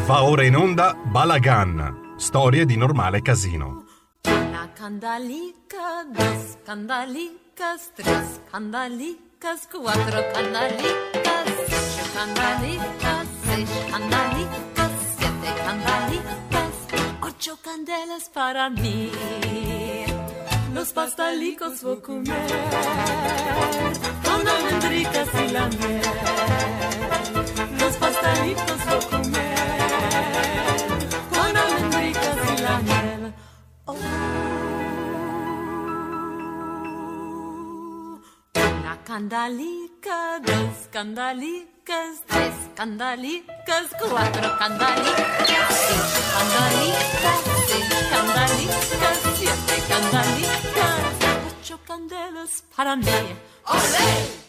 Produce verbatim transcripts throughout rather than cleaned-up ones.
Va ora in onda Balagan, storie di normale casino. Una candalica, dos candalicas, tres candalicas, cuatro candalicas, cinco candalicas, seis candalicas, siete candalicas, ocho candelas para mí. Los pastalicos voy a comer con almendricas y la miel. Los pastalitos voy a comer con almendricas y la miel. Oh. Una candalica, dos candalicas, tres candalicas, cuatro candalicas, cinco candalicas, seis candalicas, siete candalicas, ocho candelas para mí. ¡Olé!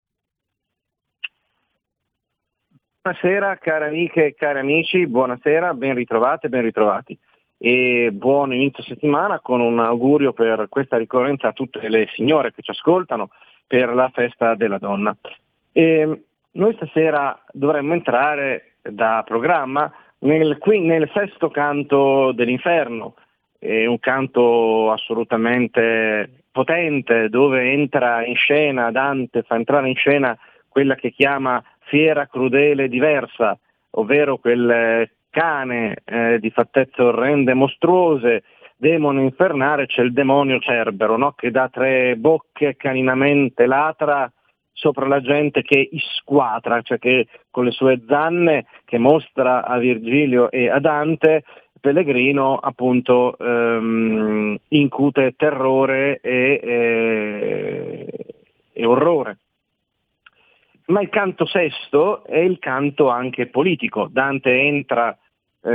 Buonasera cari amiche e cari amici, buonasera, ben ritrovate, ben ritrovati e buon inizio settimana con un augurio per questa ricorrenza a tutte le signore che ci ascoltano per la festa della donna. E noi stasera dovremmo entrare da programma nel, nel sesto canto dell'Inferno, è un canto assolutamente potente dove entra in scena Dante, fa entrare in scena quella che chiama fiera, crudele, diversa, ovvero quel cane eh, di fattezze orrende e mostruose, demone infernale, c'è il demonio Cerbero, no? Che da tre bocche caninamente latra sopra la gente che isquatra, cioè che con le sue zanne che mostra a Virgilio e a Dante, Pellegrino appunto ehm, incute terrore e, e, e orrore. Ma il canto sesto è il canto anche politico. Dante entra eh,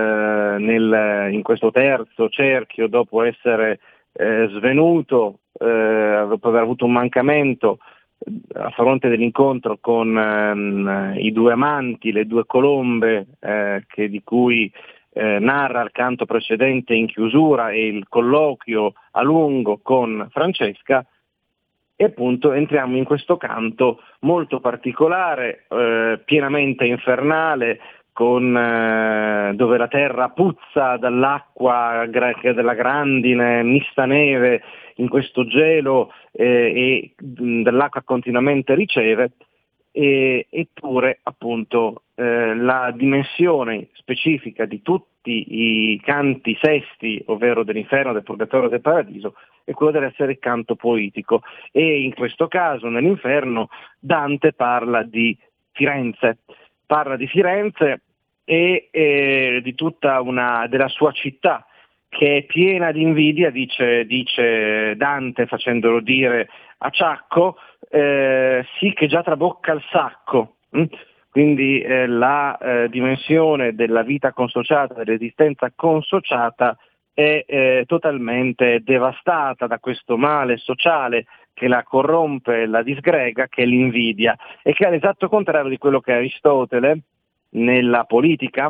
nel, in questo terzo cerchio dopo essere eh, svenuto, eh, dopo aver avuto un mancamento a fronte dell'incontro con ehm, i due amanti, le due colombe eh, che, di cui eh, narra il canto precedente in chiusura e il colloquio a lungo con Francesca. E appunto entriamo in questo canto molto particolare, eh, pienamente infernale, con, eh, dove la terra puzza dall'acqua gra- della grandine, mista neve, in questo gelo eh, e mh, dell'acqua continuamente riceve, e, eppure appunto eh, la dimensione specifica di tutti i canti sesti, ovvero dell'inferno, del purgatorio e del paradiso, è quello dell'essere il canto poetico, e in questo caso nell'inferno Dante parla di Firenze, parla di Firenze e eh, di tutta una della sua città che è piena di invidia, dice, dice Dante facendolo dire a Ciacco, eh, sì che già trabocca il sacco. Hm? Quindi eh, la eh, dimensione della vita consociata, dell'esistenza consociata è eh, totalmente devastata da questo male sociale che la corrompe, la disgrega, che è l'invidia, e che è l'esatto contrario di quello che Aristotele nella politica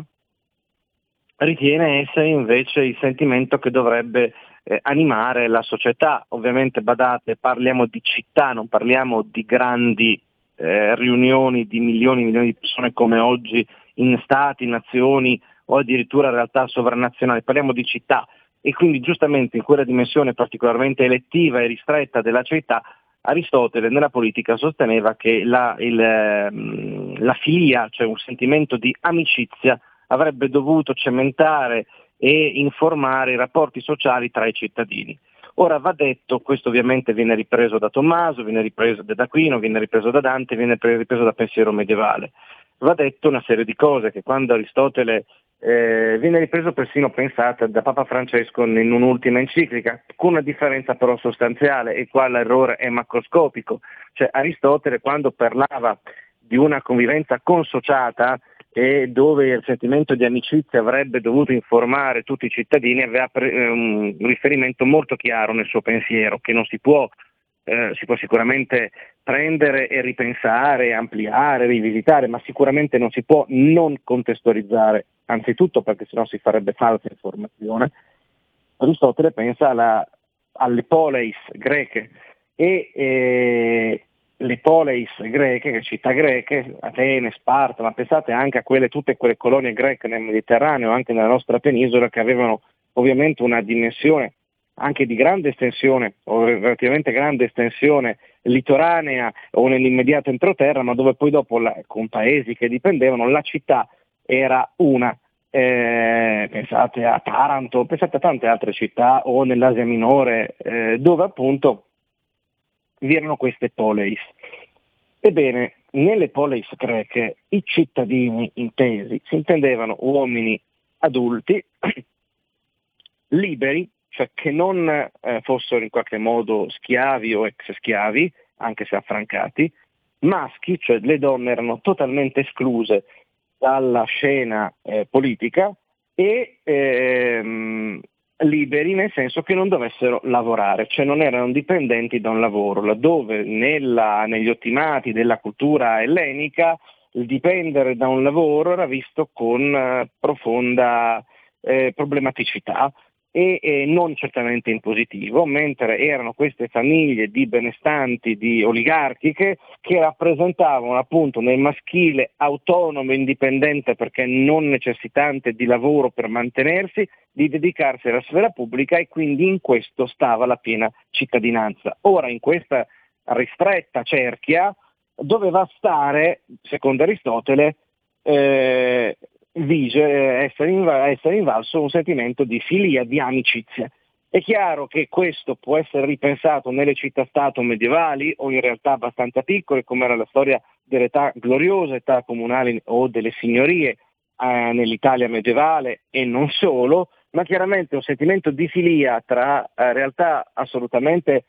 ritiene essere invece il sentimento che dovrebbe eh, animare la società. Ovviamente badate, parliamo di città, non parliamo di grandi eh, riunioni di milioni e milioni di persone come oggi in stati, nazioni o addirittura realtà sovranazionali, parliamo di città, e quindi giustamente in quella dimensione particolarmente elettiva e ristretta della città Aristotele nella politica sosteneva che la, il, la filia, cioè un sentimento di amicizia, avrebbe dovuto cementare e informare i rapporti sociali tra i cittadini. Ora va detto, questo ovviamente viene ripreso da Tommaso, viene ripreso da Aquino, viene ripreso da Dante, viene ripreso da pensiero medievale. Va detto una serie di cose che quando Aristotele eh, viene ripreso persino, pensate, da Papa Francesco in un'ultima enciclica, con una differenza però sostanziale, e qua l'errore è macroscopico. Cioè Aristotele, quando parlava di una convivenza consociata e dove il sentimento di amicizia avrebbe dovuto informare tutti i cittadini, aveva pre- un riferimento molto chiaro nel suo pensiero, che non si può, eh, si può sicuramente prendere e ripensare, ampliare, rivisitare, ma sicuramente non si può non contestualizzare, anzitutto perché sennò si farebbe falsa informazione. Aristotele pensa alla, alle poleis greche e eh, le poleis greche, le città greche, Atene, Sparta, ma pensate anche a quelle, tutte quelle colonie greche nel Mediterraneo, anche nella nostra penisola, che avevano ovviamente una dimensione anche di grande estensione, o relativamente grande estensione litoranea o nell'immediato entroterra, ma dove poi dopo, la, con paesi che dipendevano, la città era una. Eh, pensate a Taranto, pensate a tante altre città, o nell'Asia Minore, eh, dove appunto vi erano queste poleis. Ebbene, nelle poleis greche i cittadini intesi si intendevano uomini adulti, liberi, cioè che non eh, fossero in qualche modo schiavi o ex schiavi, anche se affrancati, maschi, cioè le donne erano totalmente escluse dalla scena eh, politica, e ehm, liberi nel senso che non dovessero lavorare, cioè non erano dipendenti da un lavoro, laddove nella, negli ottimati della cultura ellenica il dipendere da un lavoro era visto con eh, profonda eh, problematicità, e, e non certamente in positivo, mentre erano queste famiglie di benestanti, di oligarchiche, che rappresentavano appunto nel maschile autonomo e indipendente, perché non necessitante di lavoro per mantenersi, di dedicarsi alla sfera pubblica, e quindi in questo stava la piena cittadinanza. Ora, in questa ristretta cerchia doveva stare, secondo Aristotele, eh, vige essere, inv- essere invalso un sentimento di filia, di amicizia. È chiaro che questo può essere ripensato nelle città-stato medievali, o in realtà abbastanza piccole, come era la storia delle età gloriose, età comunali o delle signorie eh, nell'Italia medievale, e non solo, ma chiaramente un sentimento di filia tra eh, realtà assolutamente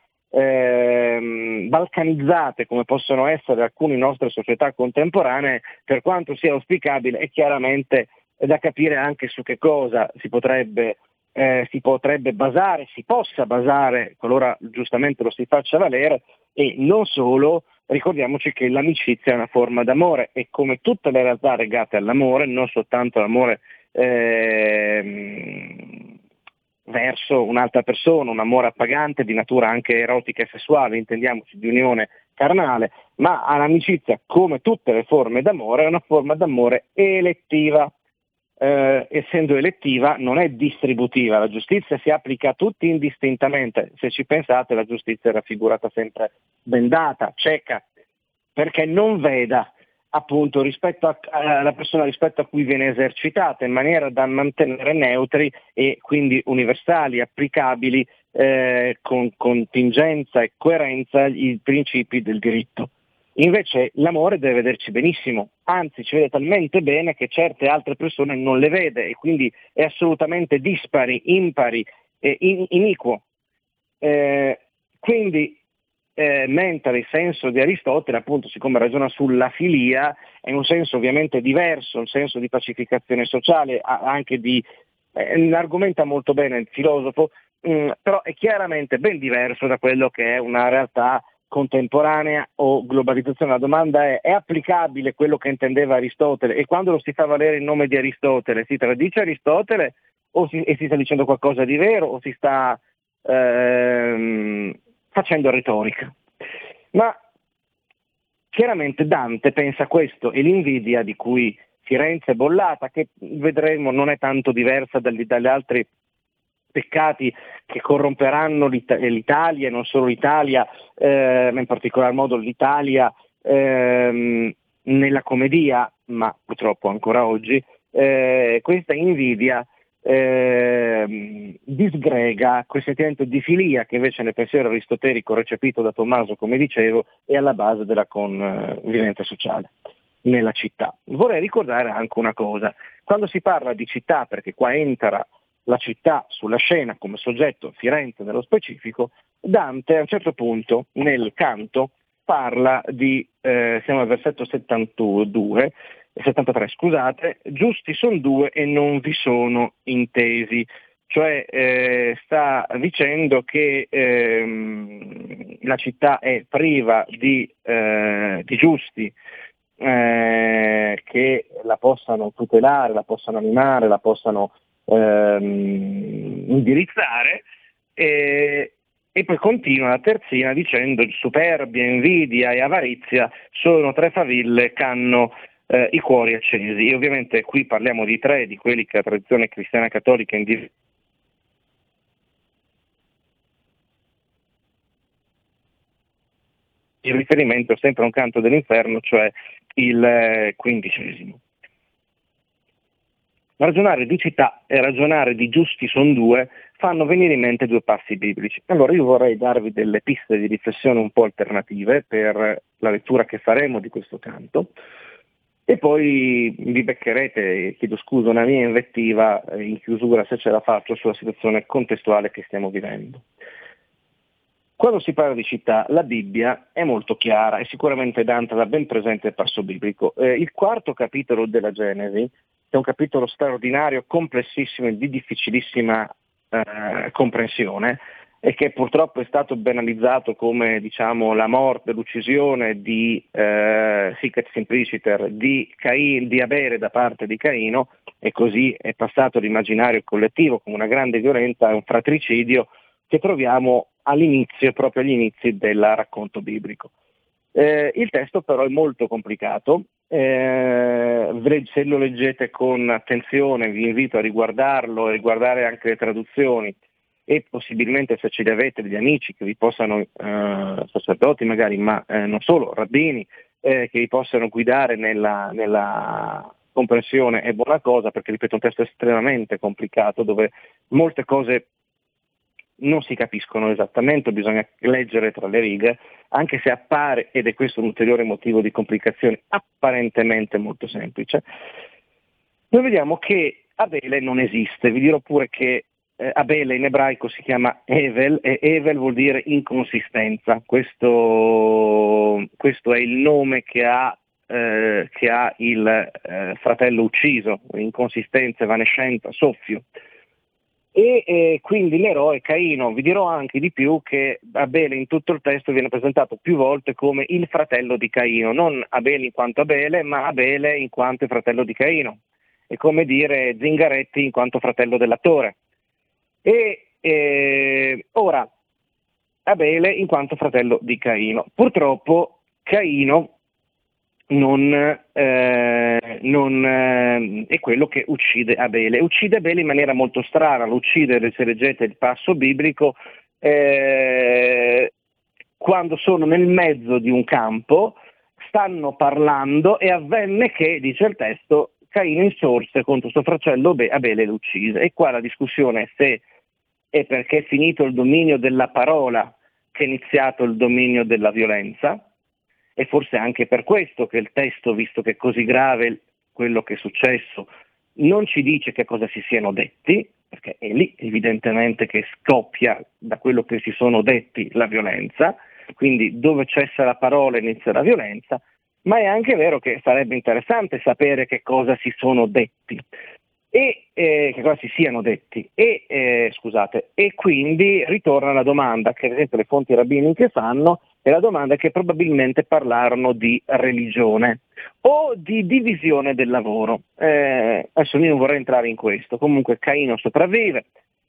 ehm, balcanizzate, come possono essere alcune nostre società contemporanee, per quanto sia auspicabile, è chiaramente da capire anche su che cosa si potrebbe eh, si potrebbe basare, si possa basare, qualora giustamente lo si faccia valere. E non solo, ricordiamoci che l'amicizia è una forma d'amore, e come tutte le realtà legate all'amore, non soltanto l'amore ehm, verso un'altra persona, un amore appagante di natura anche erotica e sessuale, intendiamoci, di unione carnale, ma all'amicizia, come tutte le forme d'amore, è una forma d'amore elettiva. Eh, essendo elettiva non è distributiva, la giustizia si applica a tutti indistintamente. Se ci pensate, la giustizia è raffigurata sempre bendata, cieca, perché non veda appunto rispetto a, alla persona rispetto a cui viene esercitata, in maniera da mantenere neutri e quindi universali, applicabili eh, con contingenza e coerenza i principi del diritto. Invece l'amore deve vederci benissimo, anzi ci vede talmente bene che certe altre persone non le vede, e quindi è assolutamente dispari, impari e in, iniquo. Eh, quindi eh, mentre il senso di Aristotele, appunto, siccome ragiona sulla filia, è un senso ovviamente diverso, un senso di pacificazione sociale, anche di eh, argomenta molto bene il filosofo, mh, però è chiaramente ben diverso da quello che è una realtà contemporanea o globalizzazione. La domanda è: è applicabile quello che intendeva Aristotele? E quando lo si fa valere in nome di Aristotele, si tradisce Aristotele o si, e si sta dicendo qualcosa di vero, o si sta ehm, facendo retorica? Ma chiaramente Dante pensa questo, e l'invidia di cui Firenze è bollata, che vedremo non è tanto diversa dagli, dagli altri peccati che corromperanno l'It- l'Italia, e non solo l'Italia, eh, ma in particolar modo l'Italia ehm, nella commedia, ma purtroppo ancora oggi, eh, questa invidia eh, disgrega quel sentimento di filia che invece nel pensiero aristotelico recepito da Tommaso, come dicevo, è alla base della convivenza sociale nella città. Vorrei ricordare anche una cosa: quando si parla di città, perché qua entra la città sulla scena come soggetto, Firenze nello specifico, Dante a un certo punto nel canto parla di, eh, siamo al versetto settantadue, settantatré, scusate, giusti sono due e non vi sono intesi, cioè eh, sta dicendo che ehm, la città è priva di, eh, di giusti eh, che la possano tutelare, la possano animare, la possano ehm, indirizzare, e, E poi continua la terzina dicendo superbia, invidia e avarizia sono tre faville che hanno eh, i cuori accesi. E ovviamente qui parliamo di tre, di quelli che la tradizione cristiana cattolica individua. Il riferimento è sempre a un canto dell'inferno, cioè il eh, quindicesimo. Ragionare di città e ragionare di giusti son due fanno venire in mente due passi biblici. Allora io vorrei darvi delle piste di riflessione un po' alternative per la lettura che faremo di questo canto e poi vi beccherete, chiedo scusa, una mia invettiva in chiusura, se ce la faccio, sulla situazione contestuale che stiamo vivendo. Quando si parla di città, la Bibbia è molto chiara e sicuramente Dante ha ben presente il passo biblico. Eh, il quarto capitolo della Genesi è un capitolo straordinario, complessissimo e di difficilissima eh, comprensione e che purtroppo è stato banalizzato come, diciamo, la morte, l'uccisione di eh, sic et simpliciter di, Cain, di Abele da parte di Caino, e così è passato l'immaginario collettivo come una grande violenza, un fratricidio che troviamo all'inizio, proprio agli inizi del racconto biblico. Eh, il testo però è molto complicato, eh, se lo leggete con attenzione vi invito a riguardarlo e riguardare anche le traduzioni e possibilmente, se ce li avete, degli amici che vi possano, eh, sacerdoti magari, ma eh, non solo, rabbini, eh, che vi possano guidare nella, nella comprensione, è buona cosa, perché ripeto, è un testo estremamente complicato dove molte cose non si capiscono esattamente, bisogna leggere tra le righe, anche se appare, ed è questo un ulteriore motivo di complicazione, apparentemente molto semplice. Noi vediamo che Abele non esiste, vi dirò pure che eh, Abele in ebraico si chiama Evel e Evel vuol dire inconsistenza, questo, questo è il nome che ha, eh, che ha il eh, fratello ucciso, inconsistenza, evanescenza, soffio. E eh, quindi l'eroe Caino. Vi dirò anche di più che Abele in tutto il testo viene presentato più volte come il fratello di Caino, non Abele in quanto Abele, ma Abele in quanto fratello di Caino, è come dire Zingaretti in quanto fratello dell'attore. E eh, ora Abele in quanto fratello di Caino. Purtroppo Caino non, eh, non eh, è quello che uccide Abele. Uccide Abele in maniera molto strana, lo uccide, se leggete il passo biblico, eh, quando sono nel mezzo di un campo, stanno parlando e avvenne che, dice il testo, Caino insorse contro suo fratello Abele e lo uccise. E qua la discussione è se è perché è finito il dominio della parola che è iniziato il dominio della violenza, e forse anche per questo che il testo, visto che è così grave quello che è successo, non ci dice che cosa si siano detti, perché è lì evidentemente che scoppia da quello che si sono detti la violenza, quindi dove cessa la parola inizia la violenza, ma è anche vero che sarebbe interessante sapere che cosa si sono detti. E eh, che cosa si siano detti e, eh, scusate, e quindi ritorna la domanda che ad esempio le fonti rabbiniche fanno, e la domanda è che probabilmente parlarono di religione o di divisione del lavoro. Eh, adesso io non vorrei entrare in questo, comunque Caino sopravvive,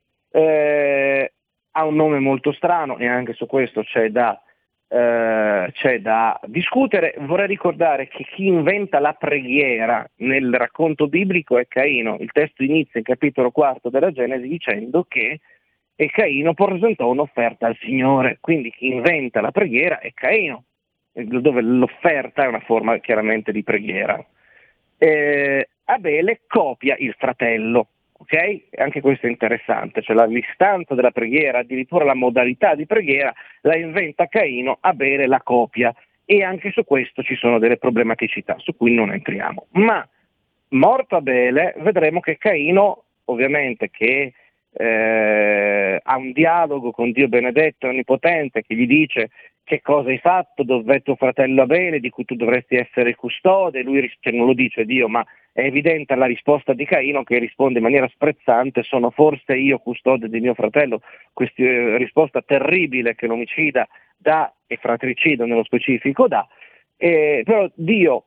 eh, ha un nome molto strano e anche su questo c'è da Uh, c'è da discutere. Vorrei ricordare che chi inventa la preghiera nel racconto biblico è Caino. Il testo inizia in capitolo quarto della Genesi dicendo che e Caino presentò un'offerta al Signore, quindi chi inventa la preghiera è Caino, dove l'offerta è una forma chiaramente di preghiera. Eh, Abele copia il fratello. Ok? Anche questo è interessante, cioè la l'istanza della preghiera, addirittura la modalità di preghiera la inventa Caino, Abele la copia, e anche su questo ci sono delle problematicità su cui non entriamo. Ma morto Abele vedremo che Caino, ovviamente che eh, ha un dialogo con Dio benedetto e onnipotente che gli dice che cosa hai fatto, dov'è tuo fratello Abele di cui tu dovresti essere il custode, lui cioè, non lo dice Dio, ma è evidente la risposta di Caino che risponde in maniera sprezzante: sono forse io custode di mio fratello? Questa eh, risposta terribile che l'omicida dà, e fratricidio nello specifico dà, eh, però Dio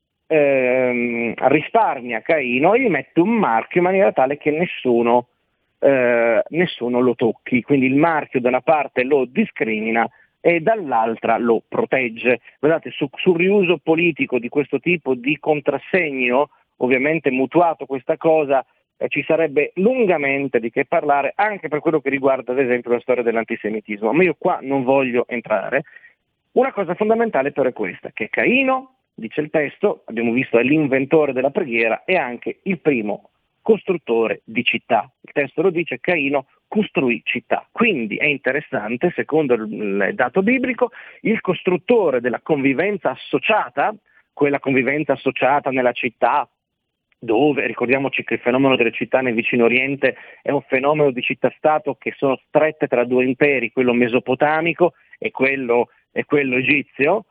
ehm, risparmia Caino e gli mette un marchio in maniera tale che nessuno eh, nessuno lo tocchi, quindi il marchio da una parte lo discrimina e dall'altra lo protegge. Guardate, su, sul riuso politico di questo tipo di contrassegno, ovviamente mutuato questa cosa, eh, ci sarebbe lungamente di che parlare, anche per quello che riguarda ad esempio la storia dell'antisemitismo, ma io qua non voglio entrare. Una cosa fondamentale però è questa, che Caino, dice il testo, abbiamo visto è l'inventore della preghiera e anche il primo costruttore di città. Il testo lo dice, Caino costruì città. Quindi è interessante, secondo il dato biblico, il costruttore della convivenza associata, quella convivenza associata nella città, dove ricordiamoci che il fenomeno delle città nel vicino Oriente è un fenomeno di città-stato che sono strette tra due imperi, quello mesopotamico e quello, e quello egizio.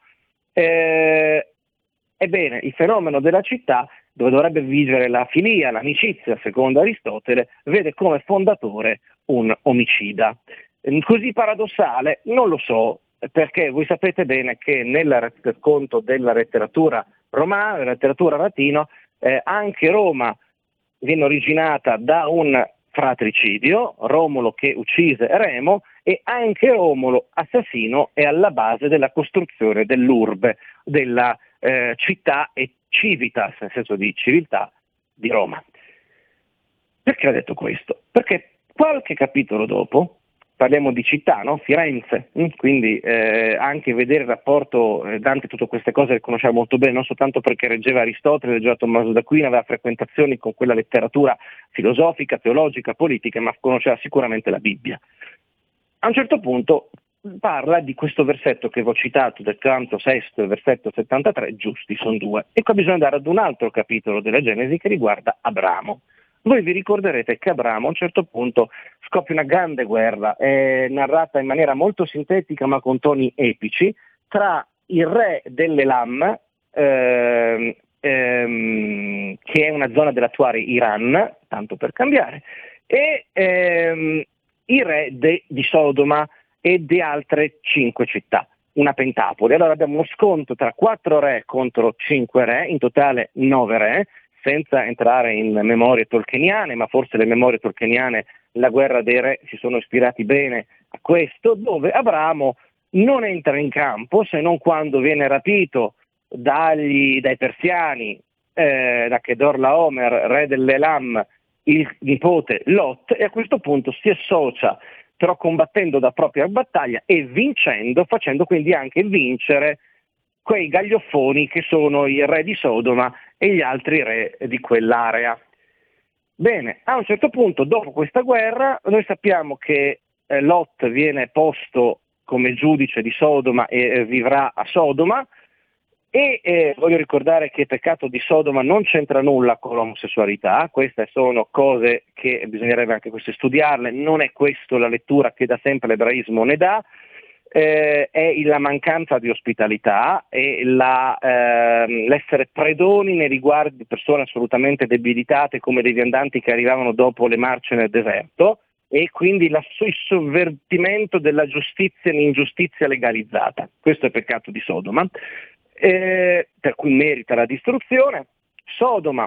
Eh, ebbene, il fenomeno della città, dove dovrebbe vigere la filia, l'amicizia, secondo Aristotele, vede come fondatore un omicida. Così paradossale? Non lo so, perché voi sapete bene che nel racconto della letteratura romana, della letteratura latina, eh, anche Roma viene originata da un fratricidio, Romolo che uccise Remo, e anche Romolo assassino è alla base della costruzione dell'urbe, della eh, città e civitas, nel senso di civiltà, di Roma. Perché ho detto questo? Perché qualche capitolo dopo, parliamo di città, no? Firenze, quindi eh, anche vedere il rapporto, eh, Dante, tutte queste cose le conosciamo molto bene, non soltanto perché reggeva Aristotele, reggeva Tommaso d'Aquino, aveva frequentazioni con quella letteratura filosofica, teologica, politica, ma conosceva sicuramente la Bibbia. A un certo punto parla di questo versetto che vi ho citato del canto sesto, il versetto settantatré, giusti sono due. E qua bisogna andare ad un altro capitolo della Genesi che riguarda Abramo. Voi vi ricorderete che Abramo a un certo punto scoppia una grande guerra, è narrata in maniera molto sintetica ma con toni epici, tra il re dell'Elam, ehm, ehm, che è una zona dell'attuale Iran, tanto per cambiare, e ehm, il re de, di Sodoma e di altre cinque città, una pentapoli. Allora abbiamo uno scontro tra quattro re contro cinque re, in totale nove re, senza entrare in memorie tolkieniane, ma forse le memorie tolkieniane, la guerra dei re, si sono ispirati bene a questo, dove Abramo non entra in campo se non quando viene rapito dagli, dai persiani, eh, da Chedorlaomer, re dell'Elam, il nipote Lot, e a questo punto si associa, però combattendo da propria battaglia e vincendo, facendo quindi anche vincere quei gaglioffoni che sono il re di Sodoma e gli altri re di quell'area. Bene, a un certo punto, dopo questa guerra, noi sappiamo che eh, Lot viene posto come giudice di Sodoma e eh, vivrà a Sodoma, e eh, voglio ricordare che il peccato di Sodoma non c'entra nulla con l'omosessualità, queste sono cose che bisognerebbe anche queste studiarle, non è questa la lettura che da sempre l'ebraismo ne dà. Eh, è la mancanza di ospitalità e la, eh, l'essere predoni nei riguardi di persone assolutamente debilitate come dei viandanti che arrivavano dopo le marce nel deserto, e quindi la, il sovvertimento della giustizia in ingiustizia legalizzata. Questo è il peccato di Sodoma, eh, per cui merita la distruzione. Sodoma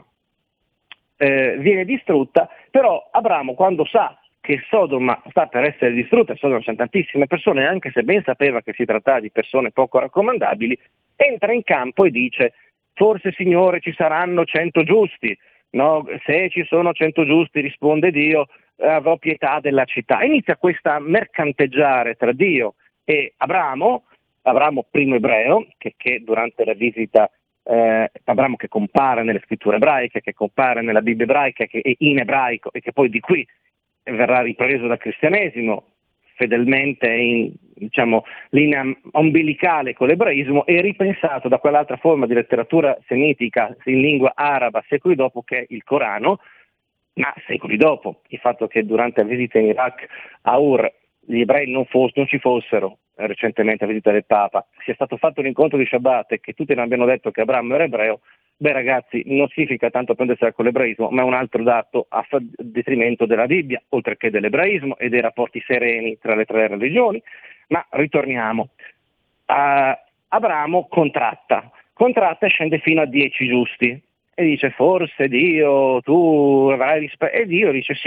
eh, viene distrutta, però Abramo, quando sa che Sodoma sta per essere distrutta, Sodoma c'è tantissime persone, anche se ben sapeva che si trattava di persone poco raccomandabili, entra in campo e dice: forse, Signore, ci saranno cento giusti, no? Se ci sono cento giusti, risponde Dio, avrò pietà della città. Inizia questa mercanteggiare tra Dio e Abramo, Abramo primo ebreo, che, che durante la visita Eh, Abramo che compare nelle scritture ebraiche, che compare nella Bibbia ebraica, che è in ebraico e che poi di qui verrà ripreso dal cristianesimo, fedelmente in, diciamo, linea ombelicale con l'ebraismo, e ripensato da quell'altra forma di letteratura semitica in lingua araba secoli dopo, che è il Corano, ma secoli dopo. Il fatto che durante la visita in Iraq a Ur gli ebrei non, foss- non ci fossero, eh, recentemente a visita del Papa, sia stato fatto un incontro di Shabbat e che tutti ne abbiano detto che Abramo era ebreo, beh ragazzi, non significa tanto prendersi con l'ebraismo, ma è un altro dato a detrimento della Bibbia, oltre che dell'ebraismo e dei rapporti sereni tra le tre religioni. Ma ritorniamo. Uh, Abramo contratta, contratta e scende fino a dieci giusti e dice: forse Dio, tu avrai rispetto, e Dio dice: sì,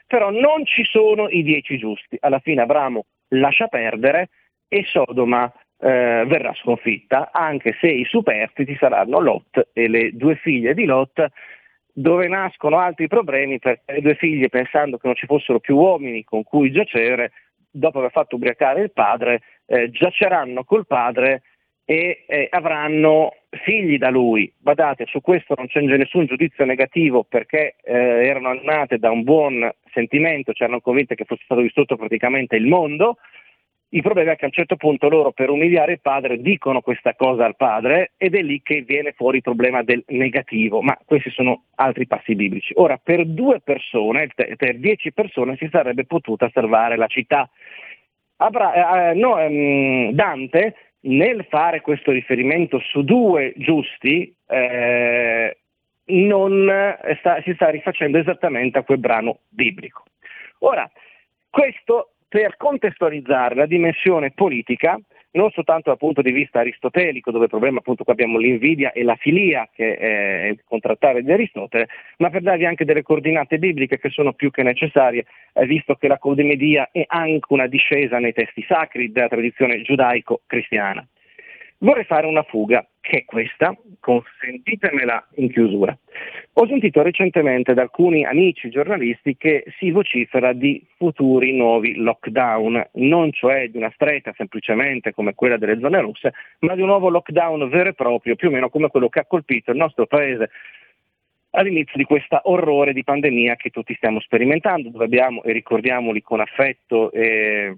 però non ci sono i dieci giusti. Alla fine Abramo lascia perdere e Sodoma eh, verrà sconfitta, anche se i superstiti saranno Lot e le due figlie di Lot, dove nascono altri problemi, perché le due figlie, pensando che non ci fossero più uomini con cui giacere, dopo aver fatto ubriacare il padre, eh, giaceranno col padre e eh, avranno figli da lui. Badate, su questo non c'è nessun giudizio negativo, perché eh, erano nate da un buon sentimento, c'erano convinte che fosse stato distrutto praticamente il mondo. Il problema è che a un certo punto loro, per umiliare il padre, dicono questa cosa al padre, ed è lì che viene fuori il problema del negativo, ma questi sono altri passi biblici. Ora, per due persone, per dieci persone si sarebbe potuta salvare la città. Abra- eh, no, ehm, Dante, nel fare questo riferimento su due giusti, eh, non sta, si sta rifacendo esattamente a quel brano biblico. Ora, questo per contestualizzare la dimensione politica, non soltanto dal punto di vista aristotelico, dove il problema appunto qua abbiamo l'invidia e la filia, che è il contrattare di Aristotele, ma per darvi anche delle coordinate bibliche che sono più che necessarie, eh, visto che la codemedia è anche una discesa nei testi sacri della tradizione giudaico-cristiana. Vorrei fare una fuga, che è questa, consentitemela in chiusura. Ho sentito recentemente da alcuni amici giornalisti che si vocifera di futuri nuovi lockdown, non cioè di una stretta semplicemente come quella delle zone rosse, ma di un nuovo lockdown vero e proprio, più o meno come quello che ha colpito il nostro paese all'inizio di questa orrore di pandemia che tutti stiamo sperimentando, dove abbiamo, e ricordiamoli con affetto e,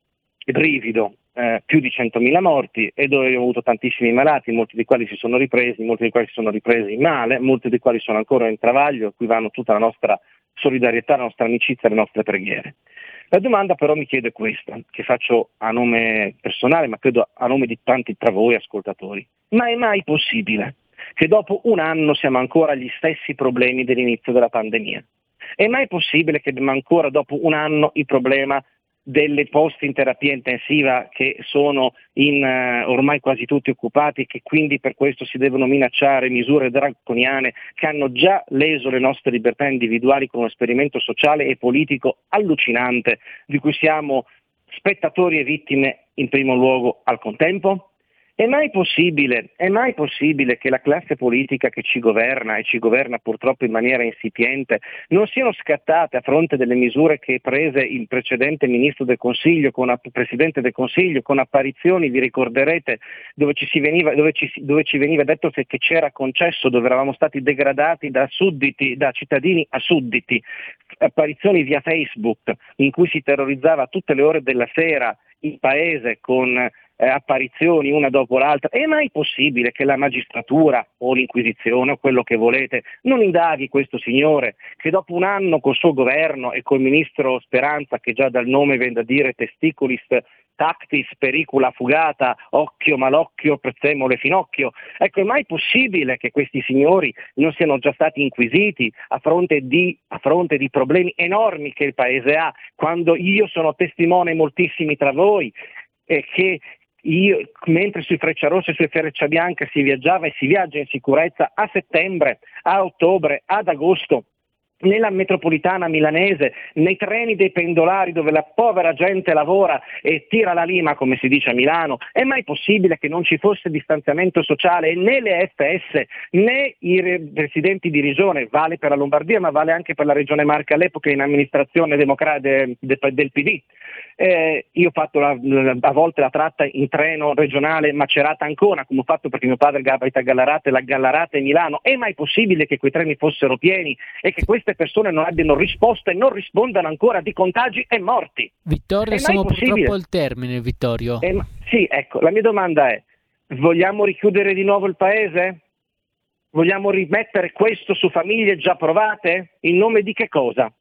e brivido, Eh, più di centomila morti, e dove abbiamo avuto tantissimi malati, molti dei quali si sono ripresi, molti dei quali si sono ripresi male, molti dei quali sono ancora in travaglio, a cui vanno tutta la nostra solidarietà, la nostra amicizia, le nostre preghiere. La domanda però mi chiede questa, che faccio a nome personale, ma credo a nome di tanti tra voi ascoltatori. Ma è mai possibile che dopo un anno siamo ancora agli stessi problemi dell'inizio della pandemia? È mai possibile che abbiamo ancora dopo un anno il problema delle posti in terapia intensiva che sono in, uh, ormai quasi tutti occupati, che quindi per questo si devono minacciare misure draconiane che hanno già leso le nostre libertà individuali con un esperimento sociale e politico allucinante di cui siamo spettatori e vittime in primo luogo al contempo? È mai possibile, è mai possibile che la classe politica che ci governa, e ci governa purtroppo in maniera insipiente, non siano scattate a fronte delle misure che prese il precedente Ministro del Consiglio, con Presidente del Consiglio, con apparizioni, vi ricorderete, dove ci, si veniva, dove ci, dove ci veniva detto che c'era concesso, dove eravamo stati degradati da sudditi, da cittadini a sudditi, apparizioni via Facebook in cui si terrorizzava a tutte le ore della sera il paese con eh, apparizioni una dopo l'altra. È mai possibile che la magistratura o l'Inquisizione o quello che volete non indaghi questo signore che dopo un anno col suo governo e col ministro Speranza, che già dal nome viene da dire testiculis tactis pericula fugata, occhio malocchio prezzemole finocchio, ecco, è mai possibile che questi signori non siano già stati inquisiti a fronte di, a fronte di problemi enormi che il paese ha, quando io sono testimone, moltissimi tra voi, e che io, mentre sui Frecciarossa e sui Frecciabianca si viaggiava e si viaggia in sicurezza a settembre, a ottobre, ad agosto, nella metropolitana milanese, nei treni dei pendolari dove la povera gente lavora e tira la lima, come si dice a Milano, è mai possibile che non ci fosse distanziamento sociale? Né le F S né i re- presidenti di regione, vale per la Lombardia ma vale anche per la regione Marche all'epoca in amministrazione democra- de- de- del P D. Eh, io ho fatto la, a volte la tratta in treno regionale Macerata-Ancona, come ho fatto perché mio padre abita a Gallarate, la Gallarate Milano. È mai possibile che quei treni fossero pieni e che queste persone non abbiano risposto e non rispondano ancora di contagi e morti? Vittorio, siamo purtroppo al termine, Vittorio. Eh, ma, sì, ecco, la mia domanda è: vogliamo richiudere di nuovo il paese? Vogliamo rimettere questo su famiglie già provate? In nome di che cosa?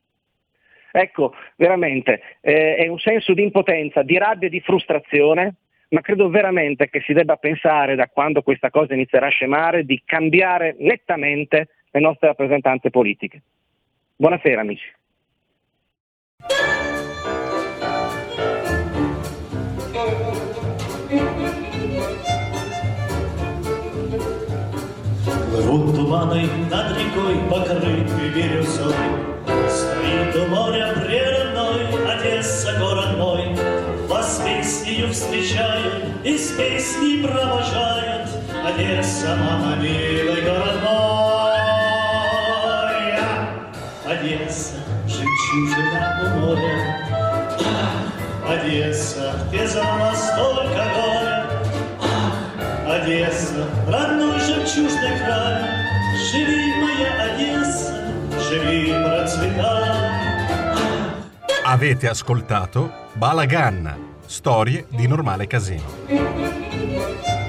Ecco, veramente eh, è un senso di impotenza, di rabbia e di frustrazione, ma credo veramente che si debba pensare, da quando questa cosa inizierà a scemare, di cambiare nettamente le nostre rappresentanze politiche. Buonasera amici. Плывут туманы над рекой, покрытые бирюзой, стоит у моря встречают, из песни провожают. Одесса, мама милый, город мой. Одесса, жемчужина у моря. Одесса, где за нас столько горя. Одесса, родной жемчужный край. Живи, моя Одесса, живи, процветай. Avete ascoltato Balagan, storie di Normale Casino.